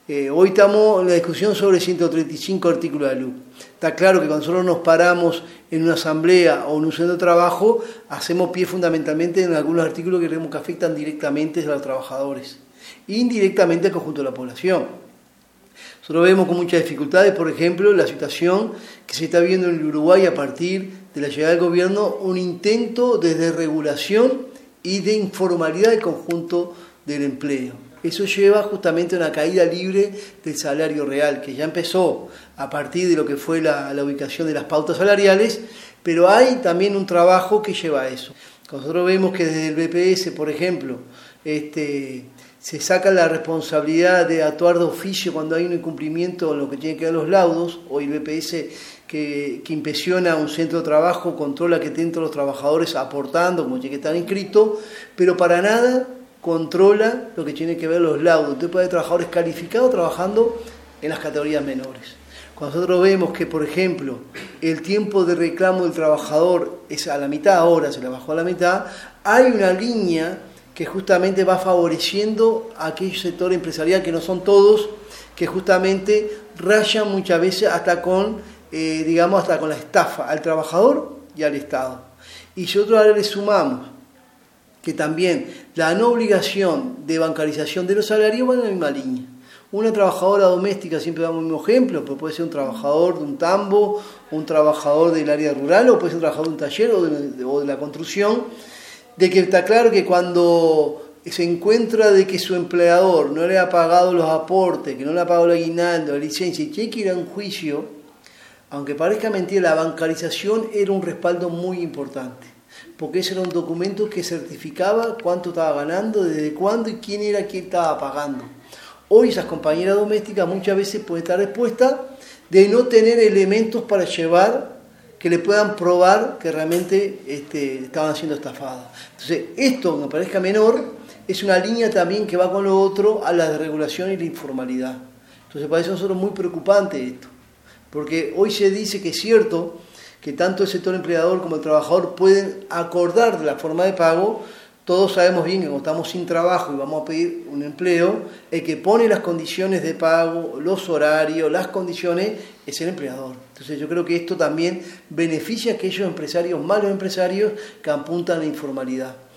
Hoy estamos en la discusión sobre 135 artículos de la LUC. Está claro que cuando nosotros nos paramos en una asamblea o en un centro de trabajo, hacemos pie fundamentalmente en algunos artículos que creemos que afectan directamente a los trabajadores e indirectamente al conjunto de la población. Nosotros vemos con muchas dificultades, por ejemplo, la situación que se está viendo en el Uruguay a partir de la llegada del gobierno, un intento de desregulación y de informalidad del conjunto del empleo. Eso lleva justamente a una caída libre del salario real, que ya empezó a partir de lo que fue la ubicación de las pautas salariales, pero hay también un trabajo que lleva a eso. Nosotros vemos que desde el BPS, por ejemplo, se saca la responsabilidad de actuar de oficio cuando hay un incumplimiento en lo que tiene que ver los laudos. Hoy el BPS que inspecciona un centro de trabajo controla que estén todos los trabajadores aportando, como tiene que estar inscrito, pero para nada controla lo que tiene que ver los laudos. Entonces puede haber trabajadores calificados trabajando en las categorías menores. Cuando nosotros vemos que, por ejemplo, el tiempo de reclamo del trabajador es a la mitad, ahora se le bajó a la mitad, hay una línea que justamente va favoreciendo a aquel sector empresarial, que no son todos, que justamente rayan muchas veces hasta con, hasta con la estafa al trabajador y al Estado. Y si nosotros ahora le sumamos que también la no obligación de bancarización de los salarios va en la misma línea. Una trabajadora doméstica, siempre damos el mismo ejemplo, pero puede ser un trabajador de un tambo, un trabajador del área rural, o puede ser un trabajador de un taller o de la construcción, de que está claro que cuando se encuentra de que su empleador no le ha pagado los aportes, que no le ha pagado el aguinaldo, la licencia, y tiene que ir a un juicio, aunque parezca mentira, la bancarización era un respaldo muy importante, porque ese era un documento que certificaba cuánto estaba ganando, desde cuándo y quién era quien estaba pagando. Hoy esas compañeras domésticas muchas veces pueden estar expuestas de no tener elementos para llevar que le puedan probar que realmente estaban siendo estafadas. Entonces, esto, aunque parezca menor, es una línea también que va con lo otro a la desregulación y la informalidad. Entonces, para eso nosotros es muy preocupante esto, porque hoy se dice que es cierto que tanto el sector empleador como el trabajador pueden acordar de la forma de pago. Todos sabemos bien que cuando estamos sin trabajo y vamos a pedir un empleo, el que pone las condiciones de pago, los horarios, las condiciones, es el empleador. Entonces yo creo que esto también beneficia a aquellos empresarios, malos empresarios, que apuntan a la informalidad.